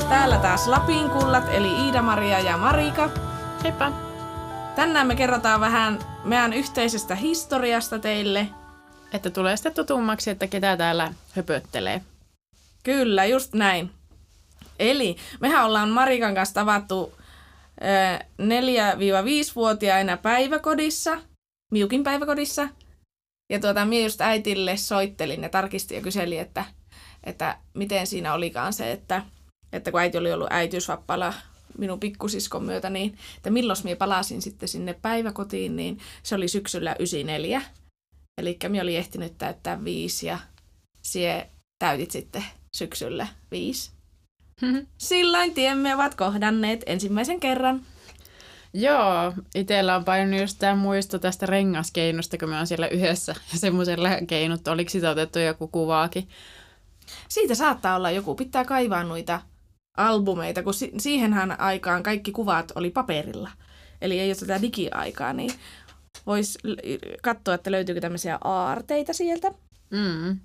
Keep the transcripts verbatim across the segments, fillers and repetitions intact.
Täällä taas Lapin kullat, eli Iida-Maria ja Marika. Heippa! Tänään me kerrotaan vähän meidän yhteisestä historiasta teille. Että tulee sitten tutummaksi, että ketä täällä höpöttelee. Kyllä, just näin. Eli mehän ollaan Marikan kanssa tavattu neljä-viisivuotiaina päiväkodissa, Miukin päiväkodissa. Ja tuota, minä just äitille soittelin ja tarkistin ja kyselin, että, että miten siinä olikaan se, että, että kun äiti oli ollut äitiysvapaalla minun pikkusiskon myötä, niin että milloin minä palasin sitten sinne päiväkotiin, niin se oli syksyllä yhdeksänkymmentäneljä. Eli minä olin ehtinyt täyttää viisi ja sie täytit sitten syksyllä viisi. Silloin tiemme ovat kohdanneet ensimmäisen kerran. Joo, itsellä on painunut just tämä muisto tästä rengaskeinosta, kun me on siellä yhdessä ja semmoisella keinut. Oliko sitä otettu joku kuvaakin? Siitä saattaa olla joku. Pitää kaivaa noita albumeita, kun si- siihenhän aikaan kaikki kuvat oli paperilla. Eli ei ole tätä digiaikaa, niin voisi katsoa, että löytyykö tämmöisiä aarteita sieltä. Mm.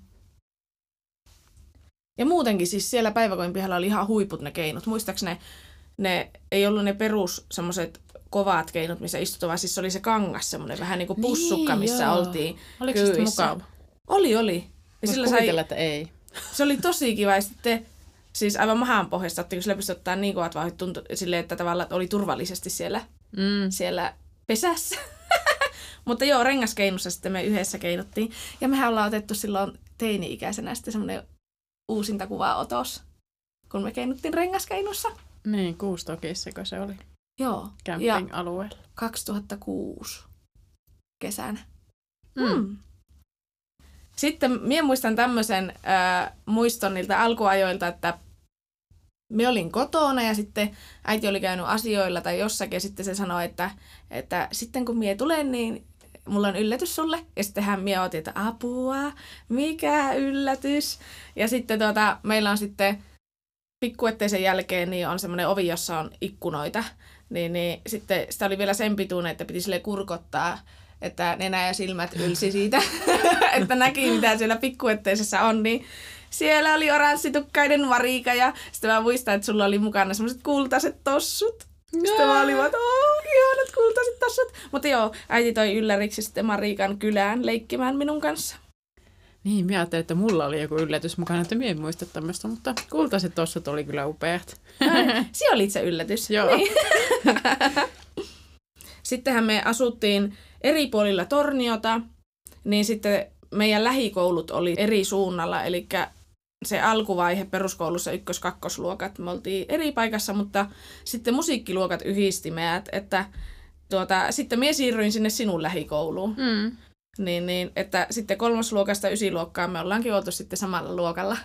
Ja muutenkin siis siellä päiväkodin pihalla oli ihan huiput ne keinut. Muistaakseni ne, ne ei ollut ne perus semmoiset kovat keinut, missä istutaan, vaan siis oli se kangas, semmoinen vähän niin kuin pussukka, niin, missä joo. oltiin Oliko se mukava? Oli, oli. Ja sillä kuvitella, sai, että ei. Se oli tosi kiva. Ja sitten siis aivan mahan pohjasta, kun sillä pystyi ottaa niin kovat vauhdit tuntui silleen, että tavallaan oli turvallisesti siellä, mm. siellä pesässä. Mutta joo, rengaskeinussa sitten me yhdessä keinuttiin. Ja mehän ollaan otettu silloin teini-ikäisenä sitten semmoinen uusinta kuvaotos, kun me keinuttiin rengaskeinussa. Niin, Kuustokissako se oli? Joo. Camping-alueella. kaksituhattakuusi kesänä. Mm. Hmm. Sitten minä muistan tämmöisen äh, muiston niiltä alkuajoilta, että minä olin kotona ja sitten äiti oli käynyt asioilla tai jossakin ja sitten se sanoi, että, että sitten kun minä tulen, niin mulla on yllätys sulle. Ja sittenhän minä otin, että apua, mikä yllätys. Ja sitten tuota, meillä on sitten pikkuetteisen jälkeen niin on semmoinen ovi, jossa on ikkunoita. Niin, niin sitten sitä oli vielä sen pituinen, että piti sille kurkottaa, että nenä ja silmät ylsi siitä, että näki mitä siellä pikkuetteisessä on. Niin siellä oli oranssitukkainen Marika ja sitten mä muistan, että sulla oli mukana semmoiset kultaiset tossut. Sitten mä olin, että ooo, ihanat kultaiset tossut. Mutta joo, äiti toi ylläriksi sitten Marikan kylään leikkimään minun kanssa. Niin, mä ajattelin, että mulla oli joku yllätys mukana, että mä en muista tämmöistä, mutta kultaiset tossut oli kyllä upeat. Se oli se yllätys. Joo. Niin. Sittenhän me asuttiin eri puolilla Torniota, niin sitten meidän lähikoulut oli eri suunnalla, eli se alkuvaihe peruskoulussa ykkös-kakkosluokat, me oltiin eri paikassa, mutta sitten musiikkiluokat yhdisti meidät, että tuota, sitten minä siirryin sinne sinun lähikouluun. Mm. Niin, niin, että sitten kolmosluokasta ysiluokkaan me ollaankin oltu sitten samalla luokalla.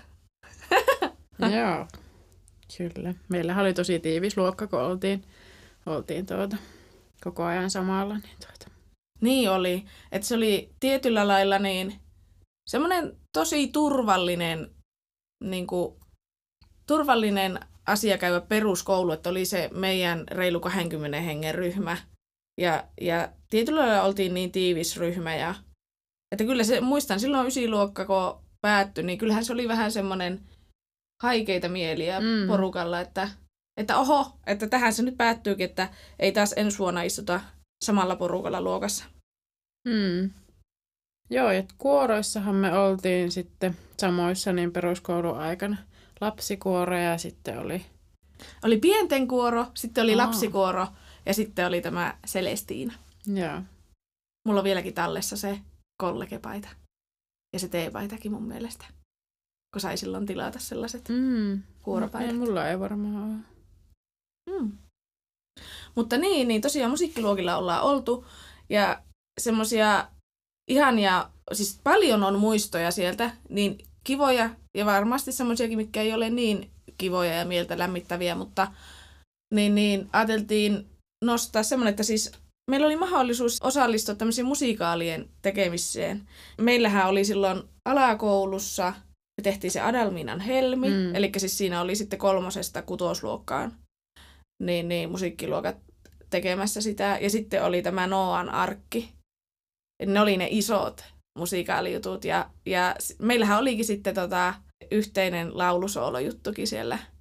Joo, kyllä. Meillähän oli tosi tiivis luokka, kun oltiin, oltiin tuota, koko ajan samalla. Niin, tuota. niin oli, että se oli tietyllä lailla niin semmoinen tosi turvallinen, niin kuin, turvallinen asia käydä peruskoulu, että oli se meidän reilu kaksikymmentä hengen ryhmä. Ja, ja tietyllä lailla oltiin niin tiivis ryhmä. Ja, että kyllä se, muistan silloin ysiluokka, kun päättyi, niin kyllähän se oli vähän semmoinen haikeita mieliä mm. porukalla, että, että oho, että tähän se nyt päättyykin, että ei taas ensi vuonna istuta samalla porukalla luokassa. Mm. Joo, ja kuoroissahan me oltiin sitten samoissa niin peruskoulun aikana. Lapsikuoro ja sitten oli... Oli pienten kuoro, sitten oli Aa. lapsikuoro ja sitten oli tämä Celestiina. Joo. Mulla on vieläkin tallessa se kollegepaita ja se teepaitakin mun mielestä, kun sai silloin tilata sellaiset mm. kuoropaidat. No, mulla ei varmaan ole. Mm. Mutta niin, niin tosiaan musiikkiluokilla ollaan oltu ja semmoisia ihania, siis paljon on muistoja sieltä, niin kivoja ja varmasti semmoisiakin, mitkä ei ole niin kivoja ja mieltä lämmittäviä, mutta niin, niin ajateltiin nostaa semmoinen, että siis meillä oli mahdollisuus osallistua tämmöisiin musiikaalien tekemiseen. Meillähän oli silloin alakoulussa, me tehtiin se Adalminan helmi, mm. eli siis siinä oli sitten kolmosesta kutosluokkaan niin, niin musiikkiluokat tekemässä sitä. Ja sitten oli tämä Noan arkki. Ne oli ne isot musiikaalijutut ja, ja meillähän olikin sitten tota yhteinen laulusoolojuttukin siellä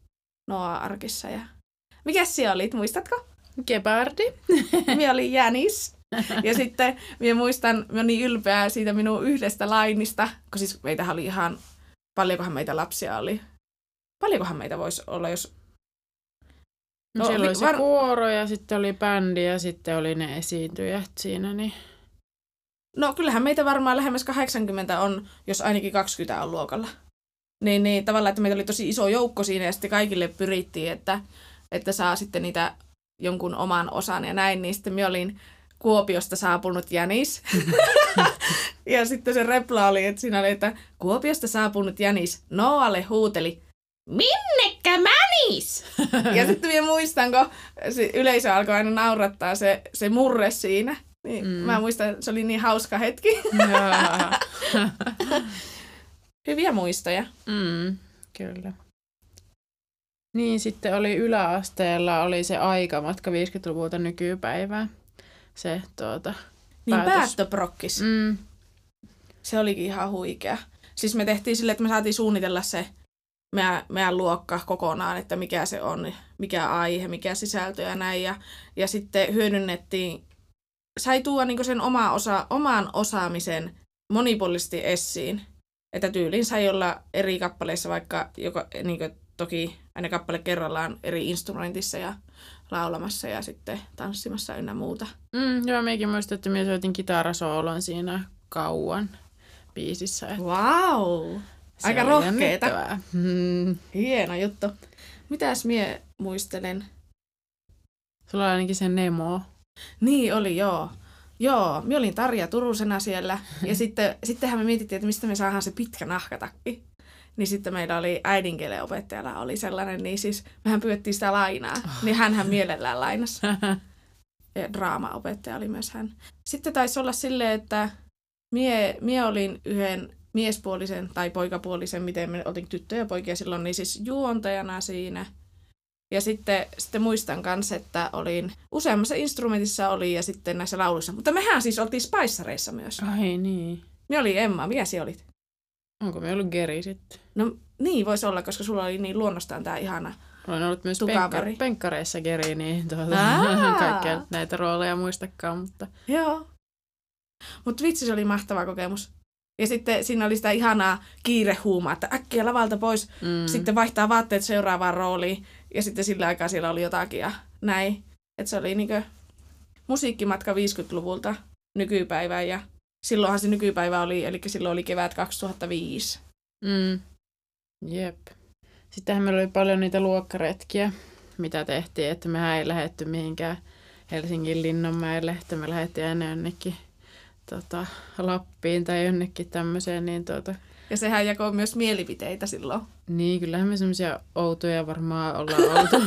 Noa-arkissa. Ja... Mikäs siellä olit, muistatko? Gepardi. Minä olin Jänis. Ja sitten minä muistan, minä olen niin ylpeä siitä minun yhdestä lainista, kun siis meitähän oli ihan, paljonkohan meitä lapsia oli. Paljonkohan meitä voisi olla, jos... No, siellä oli se var... kuoro ja sitten oli bändi ja sitten oli ne esiintyjät siinä. Niin... No kyllähän meitä varmaan lähemmäs kahdeksankymmentä on, jos ainakin kaksikymmentä on luokalla. Niin, niin tavallaan, että meitä oli tosi iso joukko siinä ja sitten kaikille pyrittiin, että, että saa sitten niitä jonkun oman osan ja näin. Niin sitten minä olin Kuopiosta saapunut Jänis. Ja sitten se repla oli, että siinä oli, että Kuopiosta saapunut Jänis Noalle huuteli, minnekä mänis? Ja sitten minä muistan, kun se yleisö alkoi aina naurattaa se, se murre siinä. Niin mm. Mä muistan, se oli niin hauska hetki. Hyviä muistoja. Mm, kyllä. Niin, sitten oli yläasteella oli se aikamatka viisikymmentäluvulta nykypäivään. Se tuota, niin päättöprokkis. Mm. Se olikin ihan huikea. Siis me tehtiin silleen, että me saatiin suunnitella se meidän, meidän luokka kokonaan, että mikä se on, mikä aihe, mikä sisältö ja näin. Ja, ja sitten hyödynnettiin, sai tuoda niinku sen oma osa, oman osaamisen monipuolisesti esiin. Että tyyliin sai olla eri kappaleissa, vaikka joka, niinku, toki aina kappale kerrallaan eri instrumentissa ja laulamassa ja sitten tanssimassa ynnä muuta. Mm, joo, meikin muistan, että minä soitin kitarasoolon siinä kauan biisissä. Vau! Wow. Aika rohkeeta. Mm. Hieno juttu. Mitäs mie muistelen? Sulla oli ainakin se Nemo. Niin oli, joo. Joo, minä olin Tarja Turusena siellä. Ja sitten, sittenhän me mietittiin, että mistä me saadaan se pitkä nahkatakki. Niin sitten meillä oli äidinkielen opettajalla oli sellainen, niin siis mehän pyydettiin sitä lainaa. Oh. Niin hänhän mielellään lainasi. Ja draamaopettaja oli myös hän. Sitten taisi olla silleen, että mie, mie olin yhden miespuolisen tai poikapuolisen, miten me oltiin tyttöjä ja poikia silloin, niin siis juontajana siinä. Ja sitten, sitten muistan kanssa, että olin useammassa instrumentissa oli ja sitten näissä lauluissa. Mutta mehän siis oltiin Spicereissa myös. Ai niin. Me oli Emma. Mikä sinä olit? Onko me ollut Geri sitten? No niin voisi olla, koska sulla oli niin luonnostaan tämä ihana olen ollut myös penkka- penkkareissa Geri, niin tuota, kaikkia näitä rooleja muistakaan. Mutta... Joo. Mutta vitsi, se oli mahtava kokemus. Ja sitten siinä oli sitä ihanaa kiirehuumaa, että äkkiä lavalta pois, mm. sitten vaihtaa vaatteet seuraavaan rooliin. Ja sitten sillä aikaa siellä oli jotakin ja näin. Että se oli niinkö musiikkimatka viisikymmentäluvulta nykypäivään ja silloinhan se nykypäivä oli, eli silloin oli kevät kaksituhattaviisi. Mm. Jep. Sittenhän meillä oli paljon niitä luokkaretkiä, mitä tehtiin, että mehän ei lähdetty mihinkään Helsingin Linnanmäelle, että me lähdettiin aina jonnekin tota, Lappiin tai jonnekin tämmöiseen. Niin tuota... Ja sehän jakoi myös mielipiteitä silloin. Niin, kyllähän me semmoisia outoja varmaan ollaan oltu.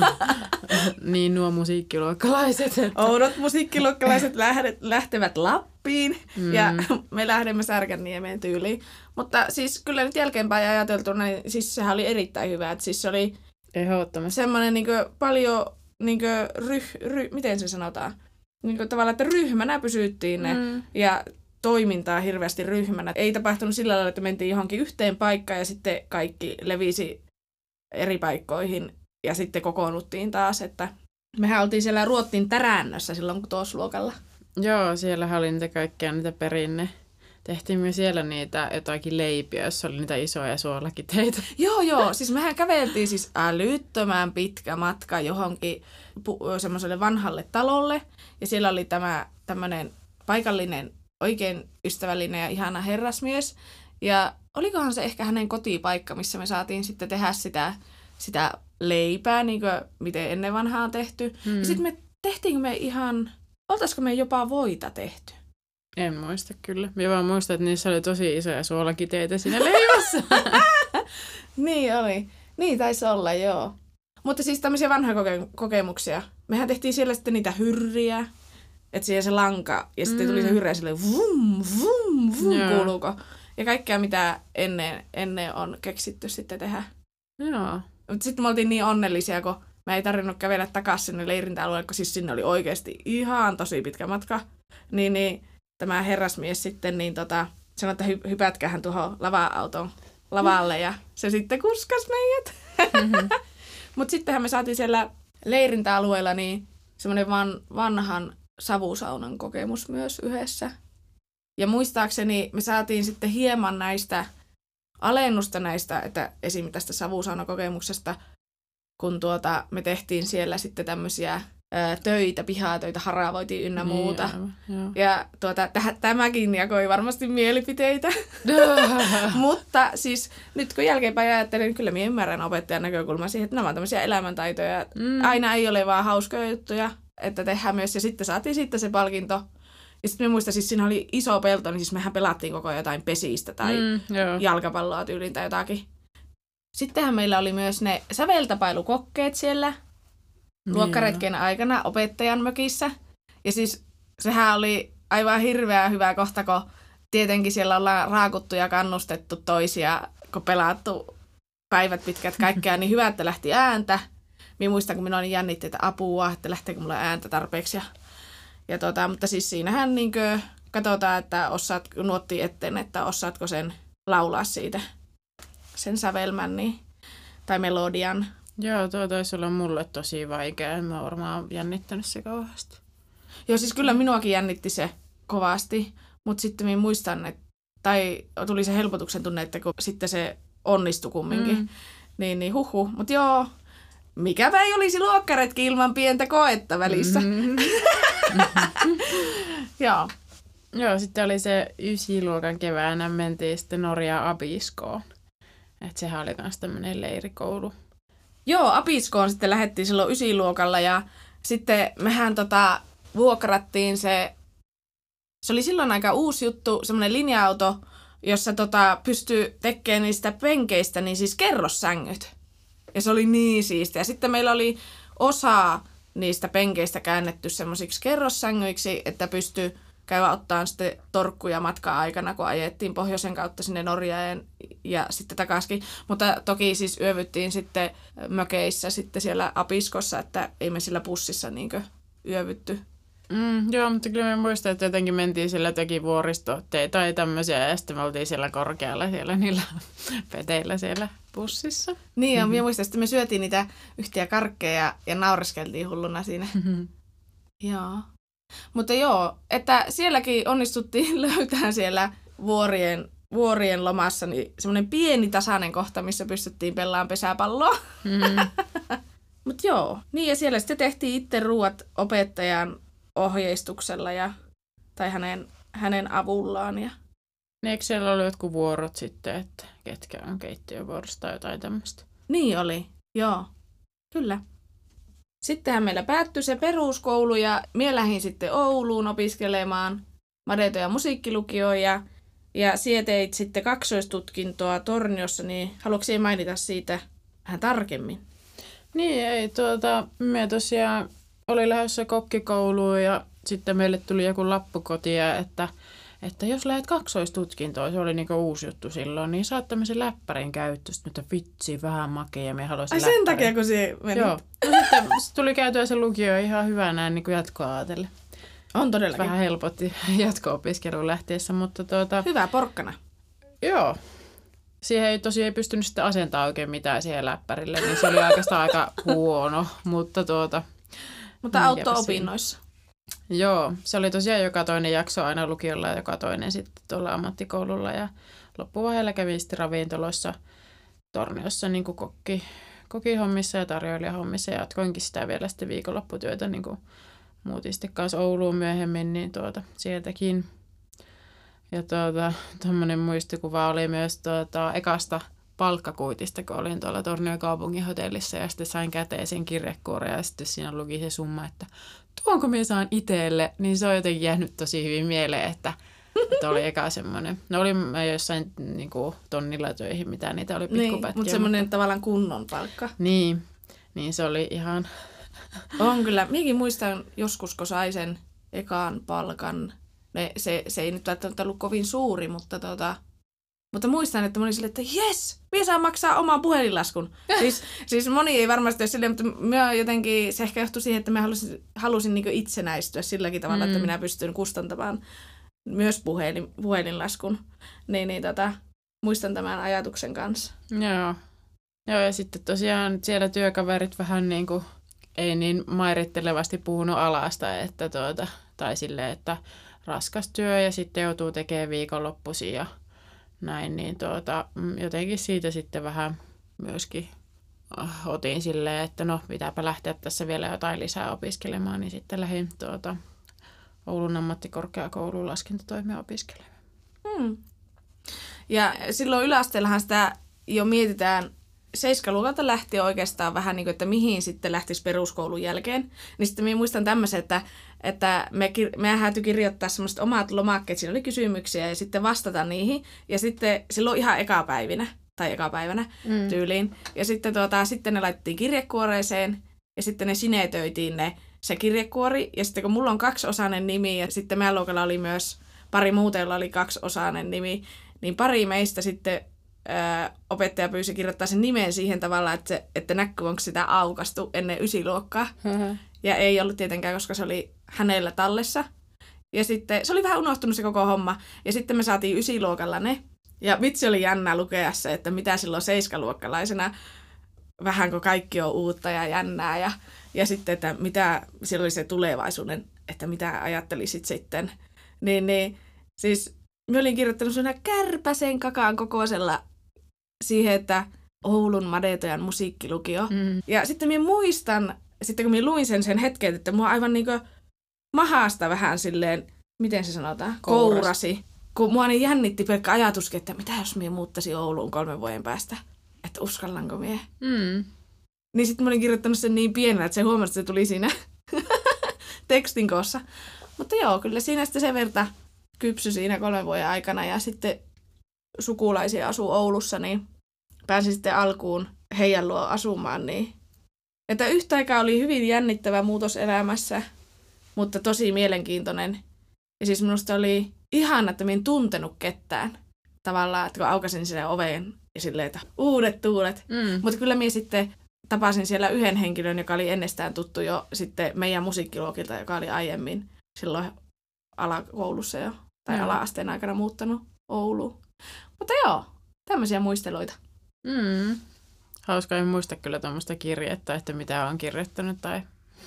Niin nuo musiikkiluokkalaiset. Että... Oudot musiikkiluokkalaiset lähtevät Lappiin mm. ja me lähdemme Särkänniemeen tyyliin. Mutta siis kyllä nyt jälkeenpäin ajateltuna, niin siis sehän oli erittäin hyvä. Että siis se oli semmoinen niin paljon, niin ryh, ry, miten se sanotaan, niin tavallaan, että ryhmänä pysyttiin ne mm. ja toimintaa hirveästi ryhmänä. Ei tapahtunut sillä lailla, että mentiin johonkin yhteen paikkaan ja sitten kaikki levisi eri paikkoihin ja sitten kokoonnuttiin taas. Että mehän oltiin siellä Ruottin Tärännössä silloin kutosluokalla. Joo, siellä oli niitä kaikkia niitä perinne. Tehtiin myös siellä niitä jotakin leipiä, jossa oli niitä isoja suolakiteitä. Joo, joo. Siis mehän käveltiin siis älyttömän pitkä matka johonkin pu- semmoiselle vanhalle talolle. Ja siellä oli tämä tämmöinen paikallinen oikein ystävällinen ja ihana herrasmies. Ja olikohan se ehkä hänen kotipaikka, missä me saatiin sitten tehdä sitä, sitä leipää, niin kuin miten ennen vanhaa on tehty. Hmm. Ja sitten me tehtiinkö me ihan, oltaisiko me jopa voita tehty? En muista kyllä. Minä vaan muistan, että niissä oli tosi isoja suolakiteitä siinä leivässä. Niin oli. Niin taisi olla, joo. Mutta siis tämmöisiä vanhoja koke- kokemuksia. Mehän tehtiin siellä sitten niitä hyrriä. Että siihen se lanka, ja sitten mm. tuli se hyrrä silleen vum, vum, vum, yeah. kuuluuko. Ja kaikkea, mitä ennen, ennen on keksitty sitten tehdä. Joo. Mutta sitten me oltiin niin onnellisia, kun me ei tarvinnut kävellä takaisin sinne leirintäalueelle, kun siis sinne oli oikeasti ihan tosi pitkä matka. Niin, niin tämä herrasmies sitten niin tota, sanoi, että hy- hypätkähän tuohon lava-auton lavalle, ja se sitten kuskas meidät. Mm-hmm. Mutta sittenhän me saatiin siellä leirintäalueella niin semmoinen van, vanhan savusaunan kokemus myös yhdessä. Ja muistaakseni me saatiin sitten hieman näistä alennusta näistä, että esim. Tästä savusaunakokemuksesta, kun tuota, me tehtiin siellä sitten tämmöisiä ää, töitä, pihatöitä, haravoitiin ynnä muuta. Niin, ja tuota, täh, tämäkin jakoi varmasti mielipiteitä. Mutta siis nyt kun jälkeenpäin ajattelen, niin kyllä minä ymmärrän opettajan näkökulman siihen, että nämä on tämmöisiä elämäntaitoja. Mm. Aina ei ole vaan hauskoja juttuja, että tehdään myös. Ja sitten saatiin sitten se palkinto. Ja sitten me muistan, siis siinä oli iso pelto, niin siis mehän pelattiin koko ajan jotain pesistä tai mm, jalkapalloa tyylin tai jotakin. Sittenhän meillä oli myös ne säveltäpailukokkeet siellä luokkaretken aikana opettajan mökissä. Ja siis sehän oli aivan hirveän hyvä kohta, kun tietenkin siellä ollaan raakuttu ja kannustettu toisia, kun pelattu päivät pitkät kaikkea, niin hyvä, että lähti ääntä. Minä muistan, kun minä olin jännitti, että apua, että lähteekö mulla ääntä tarpeeksi. Ja, ja tota, mutta siis siinähän niin katsotaan, että osaat nuottiin eteen, että osaatko sen laulaa siitä, sen sävelmän niin, tai melodian. Joo, tuo taisi olla mulle tosi vaikea. En mä varmaan jännittänyt se kauheasti. Joo, siis kyllä minuakin jännitti se kovasti, mutta sitten minä muistan, että, tai tuli se helpotuksen tunne, että kun sitten se onnistui kumminkin, mm. niin, niin huhu. Mutta joo, mikäpä ei olisi luokkaretki ilman pientä koetta välissä. Mm-hmm. Joo. Joo, sitten oli se ysiluokan keväänä, mentiin sitten Norjaan Abiskoon. Että sehän oli myös tämmöinen leirikoulu. Joo, Abiskoon sitten lähdettiin silloin ysiluokalla ja sitten mehän tota, vuokrattiin se, se oli silloin aika uusi juttu, semmoinen linja-auto, jossa tota, pystyi tekemään niistä penkeistä, niin siis kerrossängyt. Ja se oli niin siistiä. Sitten meillä oli osa niistä penkeistä käännetty semmoisiksi kerrossängyiksi, että pystyi käydä ottaa sitten torkkuja matkan aikana, kun ajettiin pohjoisen kautta sinne Norjaan ja sitten takaisin. Mutta toki siis yövyttiin sitten mökeissä sitten siellä Abiskossa, että ei me sillä bussissa niinkö yövytty. Mm, joo, mutta kyllä me muistan, että jotenkin mentiin siellä teki vuoristoteita tai tämmöisiä ja sitten me oltiin siellä korkealla siellä niillä peteillä siellä bussissa. Niin ja mm-hmm. minä muistan, että me syötiin niitä yhtiä karkkeja ja, ja naureskeltiin hulluna siinä. Mm-hmm. Joo. Mutta joo, että sielläkin onnistuttiin löytämään siellä vuorien, vuorien lomassa niin semmoinen pieni tasainen kohta, missä pystyttiin pelaamaan pesäpalloa. Mm. Mutta joo, niin ja siellä sitten tehtiin itse ruuat opettajan ohjeistuksella ja, tai hänen, hänen avullaan. Ja... Eikö siellä ollut jotkut vuorot sitten, että ketkä on keittiövuorossa tai jotain tämmöistä? Niin oli, joo, kyllä. Sittenhän meillä päättyi se peruskoulu ja minä lähdin sitten Ouluun opiskelemaan Madeto- ja musiikkilukioon ja, ja siellä teit sitten kaksoistutkintoa Torniossa, niin haluatko mainita siitä vähän tarkemmin? Niin, ei tuota, me tosiaan oli lähdössä kokkikouluun ja sitten meille tuli joku lappu kotia, että, että jos lähdet kaksoistutkintoon, se oli niinku uusi juttu silloin, niin saat tämmöisen läppärin käyttöön, että vitsi, vähän makea ja me haluaisin läppärin. Ai sen takia, kun se meni? Joo. No sitten tuli käytyä se lukio ihan hyvänä niin kuin jatkoa ajatellen. On todellakin. Vähän helpotti jatko-opiskeluun lähtiessä, mutta tuota... Hyvä porkkana. Joo. Siihen ei tosiaan ei pystynyt sitten asentamaan oikein mitään siihen läppärille, niin se oli oikeastaan aika huono, mutta tuota... Mutta auttoi opinnoissa. Joo, se oli tosiaan joka toinen jakso aina lukiolla ja joka toinen sitten tuolla ammattikoululla ja loppuvaiheella kävin sitten ravintoloissa Torniossa niin kuin kokki, kokihommissa ja tarjoilijahommissa ja jatkoinkin sitä vielä sitten viikonlopputyötä, niin kuin muutin sitten kanssa Ouluun myöhemmin, niin tuota, sieltäkin. Ja tuota, tämmöinen muistikuva oli myös tuota, ekasta palkkakuitista, kun olin tuolla Tornion kaupungin hotellissa ja sitten sain käteen sen kirjekuoren ja sitten siinä luki se summa, että tuonko minä saan itselle, niin se on jotenkin jäänyt tosi hyvin mieleen, että, että oli eka semmoinen. No oli jossain niin kuin, tonnilla töihin, mitä niitä oli pikkupätkiä. Niin, mutta semmoinen mutta... tavallaan kunnon palkka. Niin, niin se oli ihan... On kyllä. Minäkin muistan joskus, kun sai sen ekan palkan. Ne, se, se ei nyt välttämättä ollut kovin suuri, mutta tota... Mutta muistan, että moni silleen, että jes, minä saan maksaa oman puhelinlaskun. siis, siis moni ei varmasti ole silleen, mutta minä jotenkin, se ehkä johtui siihen, että minä halusin, halusin niin kuin itsenäistyä silläkin tavalla, mm. että minä pystyn kustantamaan myös puhelin, puhelinlaskun. Niin, niin tota, muistan tämän ajatuksen kanssa. Joo. Joo, ja sitten tosiaan siellä työkaverit vähän niin kuin ei niin mairittelevasti puhunut alasta, että tuota, tai silleen, että raskas työ ja sitten joutuu tekemään viikonloppuisin ja näin, niin tuota, jotenkin siitä sitten vähän myöskin otin silleen, että no pitääpä lähteä tässä vielä jotain lisää opiskelemaan, niin sitten lähdin tuota, Oulun ammattikorkeakoulun laskentatoimia opiskelemaan. Hmm. Ja silloin yläasteellahan sitä jo mietitään seiskaluokalta lähtien oikeastaan vähän niin kuin, että mihin sitten lähtisi peruskoulun jälkeen. Niin sitten minä muistan tämmöisen, että, että me, me häytyi kirjoittaa semmoiset omat lomakkeet, siinä oli kysymyksiä ja sitten vastata niihin. Ja sitten silloin ihan ekapäivinä, tai ekapäivänä mm. tyyliin. Ja sitten, tuota, sitten ne laitettiin kirjekuoreeseen ja sitten ne sinetöitiin ne, se kirjekuori. Ja sitten kun mulla on kaksiosainen nimi ja sitten meidän luokalla oli myös pari muuta, jolla oli kaksiosainen nimi, niin pari meistä sitten Öö, opettaja pyysi kirjoittaa sen nimen siihen tavalla, että, se, että näkyy, onko sitä aukastu ennen ysiluokkaa. Mm-hmm. Ja ei ollut tietenkään, koska se oli hänellä tallessa. Ja sitten se oli vähän unohtunut se koko homma. Ja sitten me saatiin ysiluokalla ne. Ja vitsi oli jännää lukea se, että mitä silloin seiskaluokkalaisena, vähän kun kaikki on uutta ja jännää. Ja, ja sitten, että mitä, siellä oli se tulevaisuuden, että mitä ajattelisit sitten. Niin, niin siis mä olin kirjoittanut sellainen kärpäsen kakaan kokoisella siihen, että Oulun Madetojan musiikkilukio. Mm. Ja sitten minä muistan, sitten kun minä luin sen sen hetken, että mua aivan niin kuin mahasta vähän silleen, miten se sanotaan, Kouras. kourasi. Kun mua niin jännitti pelkkä ajatuskin, että mitä jos minä muuttaisin Ouluun kolmen vuoden päästä, että uskallanko minä. Mm. Niin sitten mä olin kirjoittanut sen niin pienellä, että se huomasi, että se tuli siinä tekstin koossa. Mutta joo, kyllä siinä sitten sen verta kypsy siinä kolmen vuoden aikana ja sitten sukulaisia asuu Oulussa, niin pääsin sitten alkuun heidän luo asumaan. Niin. Että yhtä aikaa oli hyvin jännittävä muutos elämässä, mutta tosi mielenkiintoinen. Ja siis minusta oli ihana, että minä en tuntenut ketään. Tavallaan, että kun aukasin sinne oveen ja silleen, että uudet tuulet. Mm. Mutta kyllä minä sitten tapasin siellä yhden henkilön, joka oli ennestään tuttu jo sitten meidän musiikkiluokilta, joka oli aiemmin silloin alakoulussa jo. Tai mm. ala-asteen aikana muuttanut Ouluun. Mutta joo, tämmöisiä muisteluita. Mm. Hauska, en muista kyllä tuommoista kirjettä, että mitä on kirjoittanut. Tai...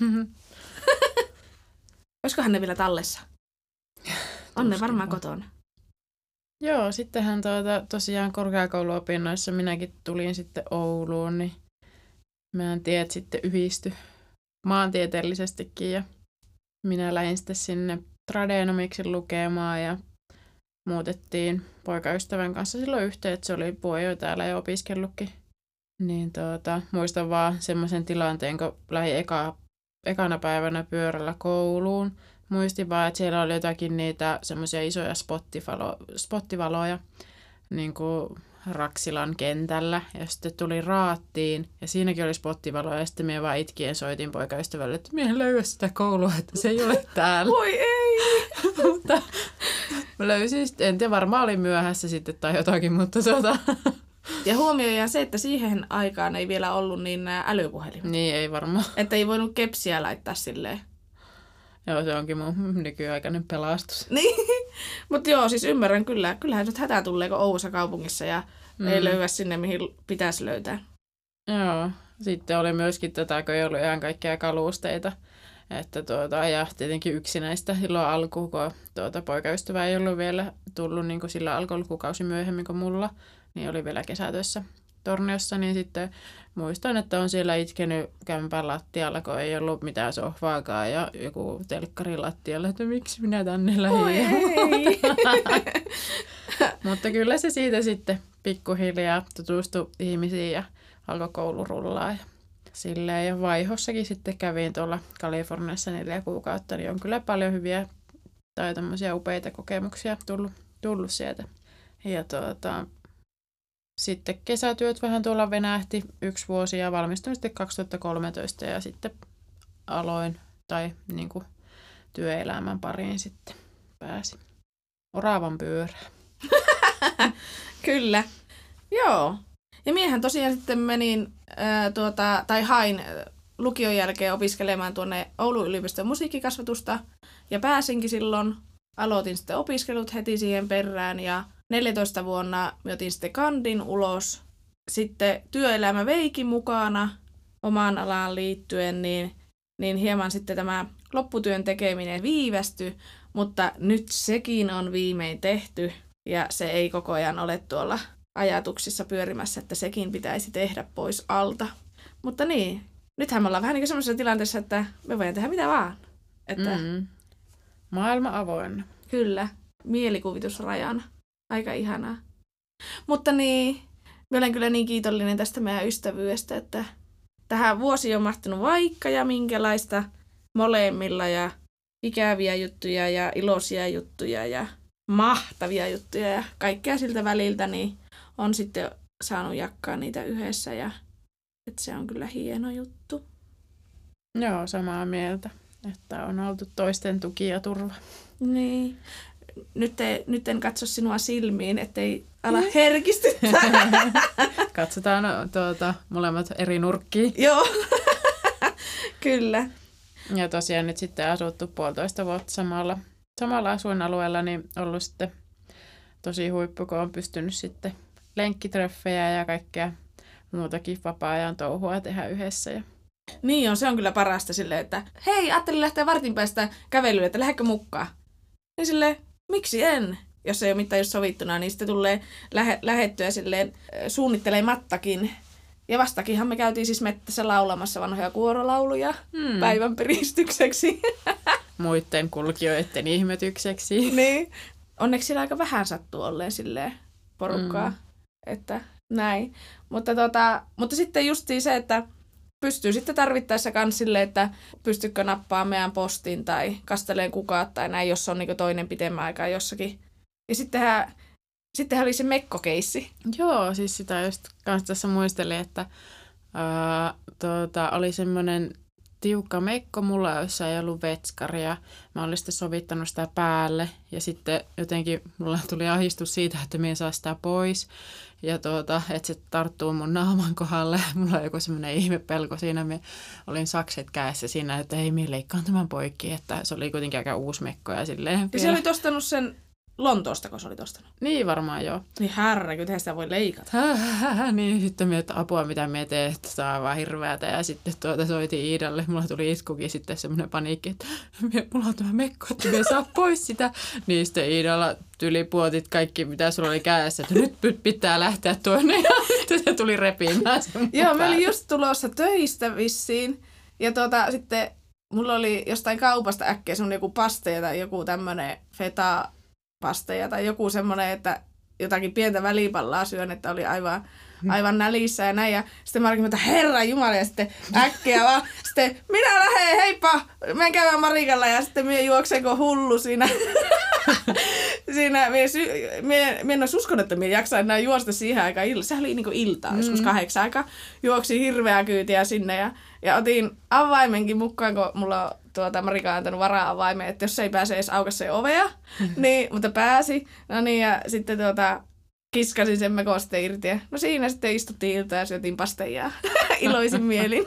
Olisikohan ne vielä tallessa? On ne varmaan kotona. Joo, sittenhän tuota, tosiaan korkeakouluopinnoissa minäkin tulin sitten Ouluun, niin meidän tiet sitten yhdistyi maantieteellisestikin ja minä lähdin sitten sinne tradenomiksi lukemaan ja muutettiin poikaystävän kanssa silloin yhteen, että se oli vuosi jo täällä ja opiskellutkin. Niin tuota, muistan vaan semmoisen tilanteen, kun lähdin eka, ekana päivänä pyörällä kouluun. Muistin vaan, että siellä oli jotakin niitä semmoisia isoja spottivalo, spottivaloja niin kuin Raksilan kentällä. Ja sitten tuli Raattiin ja siinäkin oli spottivaloja ja sitten minä vaan itkien soitin poikaystävälle, että minä en löydä sitä koulua, että se ei ole täällä. Voi ei! Mutta mä löysin, en tiedä, varmaan oli myöhässä sitten tai jotakin, mutta tuota... Ja huomioidaan se, että siihen aikaan ei vielä ollut niin nämä älypuhelimet. Niin, ei varmaan. Että ei voinut kepsiä laittaa silleen. Joo, se onkin mun nykyaikainen pelastus. Niin, mutta joo, siis ymmärrän kyllä. Kyllähän nyt hätä tulee, kun Oulussa kaupungissa ja mm. ei löyä sinne, mihin pitäisi löytää. Joo, sitten oli myöskin tätä, kun ei ollut ihan kaikkia kalusteita. Että tuota, ja tietenkin yksinäistä silloin alkuun, kun tuota, poikaystävä ei ollut vielä tullut, niin kuin sillä alkoi lukukausi myöhemmin kuin mulla, niin oli vielä kesätöissä Torniossa, niin sitten muistan, että on siellä itkenyt kämpän lattialla, kun ei ollut mitään sohvaakaan ja joku telkkari lattialla, että miksi minä tänne lähdin. Mutta kyllä se siitä sitten pikkuhiljaa tutustui ihmisiin ja alkoi koulu rullaa ja silleen. Ja vaihossakin sitten kävin tuolla Kaliforniassa neljä kuukautta, niin on kyllä paljon hyviä tai tämmöisiä upeita kokemuksia tullut, tullut sieltä. Ja tuota... Sitten kesätyöt vähän tuolla venähti yksi vuosi ja valmistuin sitten kaksituhattakolmetoista ja sitten aloin tai niin kuin työelämän pariin sitten pääsin. Oravan pyörää. Kyllä. Joo. Ja miehän tosiaan sitten menin ää, tuota, tai hain lukion jälkeen opiskelemaan tuonne Oulun yliopiston musiikkikasvatusta ja pääsinkin silloin. Aloitin sitten opiskelut heti siihen perään ja neljätoista vuonna mä otin sitten kandin ulos sitten työelämä veikin mukana omaan alaan liittyen, niin, niin hieman sitten tämä lopputyön tekeminen viivästyi, mutta nyt sekin on viimein tehty ja se ei koko ajan ole tuolla ajatuksissa pyörimässä, että sekin pitäisi tehdä pois alta. Mutta niin, nythän me ollaan vähän niin kuin semmoisessa tilanteessa, että me voidaan tehdä mitä vaan. Että Mm. Maailma avoinna. Kyllä, mielikuvitusrajana. Aika ihanaa. Mutta niin, mä olen kyllä niin kiitollinen tästä meidän ystävyydestä, että tähän vuosi on mahtunut vaikka ja minkälaista molemmilla ja ikäviä juttuja ja iloisia juttuja ja mahtavia juttuja ja kaikkea siltä väliltä, niin on sitten saanut jakaa niitä yhdessä ja että se on kyllä hieno juttu. Joo, samaa mieltä, että on oltu toisten tuki ja turva. Niin. Nyt, ei, nyt en katso sinua silmiin, ettei ala herkistyttää. Katsotaan tuota, molemmat eri nurkkiin. Joo, kyllä. Ja tosiaan nyt sitten asuttu puolitoista vuotta samalla, samalla asuinalueella, niin ollut sitten tosi huippu, kun on pystynyt sitten lenkkitreffejä ja kaikkea muutakin vapaa-ajan touhua tehdä yhdessä. Ja Niin on, se on kyllä parasta silleen, että hei, ajattelin lähteä vartin päästä kävelyyn, että lähdekö mukaan? Niin silleen, miksi en? Jos ei ole mitään just sovittuna, niin sitten tulee lähe, lähettyä silleen suunnittelemattakin. Ja vastakinhan me käytiin siis mettässä laulamassa vanhoja kuorolauluja hmm. päivän piristykseksi. Muiden kulkijoiden ihmetykseksi. Niin. Onneksi siellä aika vähän sattuu olleen silleen porukkaa. Mm. Että näin. Mutta, tota, mutta sitten justiin se, että pystyy sitten tarvittaessa kans silleen, että pystytkö nappaamaan meidän postin tai kasteleen kukaat tai näin, jos on niin toinen pitemmän aikaa jossakin. Ja sittenhän, sittenhän oli se mekkokeissi. Joo, siis sitä just kanssa tässä muistelin, että ää, tuota, oli semmoinen tiukka mekko mulla, jossa ei ollut vetskaria. Mä olin sitten sovittanut sitä päälle ja sitten jotenkin mulla tuli ahdistus siitä, että minä saa sitä pois. Ja tuota, että se tarttuu mun naaman kohdalle. Mulla on joku semmoinen ihmepelko siinä. Mä olin sakset kädessä siinä, että ei, minä leikkaan tämän poikki. Että se oli kuitenkin aika uusi mekko. Ja, silleen ja se oli ostanut sen Lontoosta, kun se oli ostanut. Niin varmaan joo. Niin härrä, kyllä sitä voi leikata. Niin sitten me, että apua mitä me teen, että saa vaan hirveätä. Ja sitten tuota soitin Iidalle, mulla tuli iskukin sitten semmoinen paniikki, että mulla on tämä mekko, että me saa pois sitä. Niin sitten Iidalla tylipuotit kaikki, mitä sulla oli kädessä, että nyt pitää lähteä tuonne. Ja se tuli repimään sen. Joo, me olin just tulossa töistä vissiin. Ja tuota, sitten mulla oli jostain kaupasta äkkiä semmoinen joku pasteja tai joku tämmöinen feta pasteja tai joku semmoinen, että jotakin pientä välipallaa syön, että oli aivan, aivan nälissä ja näin. Ja sitten mä olin, että herra jumala, ja sitten äkkiä vaan, sitten minä lähden, heippa, menen käymään Marikalla, ja sitten minä juoksen kuin hullu siinä. siinä minä, minä, minä en olisi uskonut, että minä jaksaa enää juosta siihen aikaan illalla. Sehän oli niin kuin iltaa, mm. joskus kahdeksan aikaa. Juoksin hirveää kyytiä sinne ja, ja otin avaimenkin mukaan, kun mulla on tuota, Marika on antanut vara-avaimen, että jos ei pääse edes aukaisee ovea, niin, mutta pääsi. No niin, ja sitten tuota, kiskasin sen mekon sitten irti. Ja no siinä sitten istuttiin iltaa ja syötiin pasteja iloisin mielin.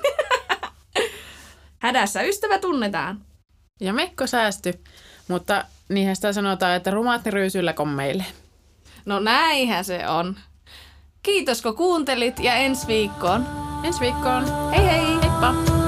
Hädässä ystävä tunnetaan. Ja mekko säästy, mutta niinhän sitä sanotaan, että rumaat ne ryysyllä kommeille. No näinhän se on. Kiitos kun kuuntelit ja ensi viikkoon. Ensi viikkoon. Hei hei! Heippa!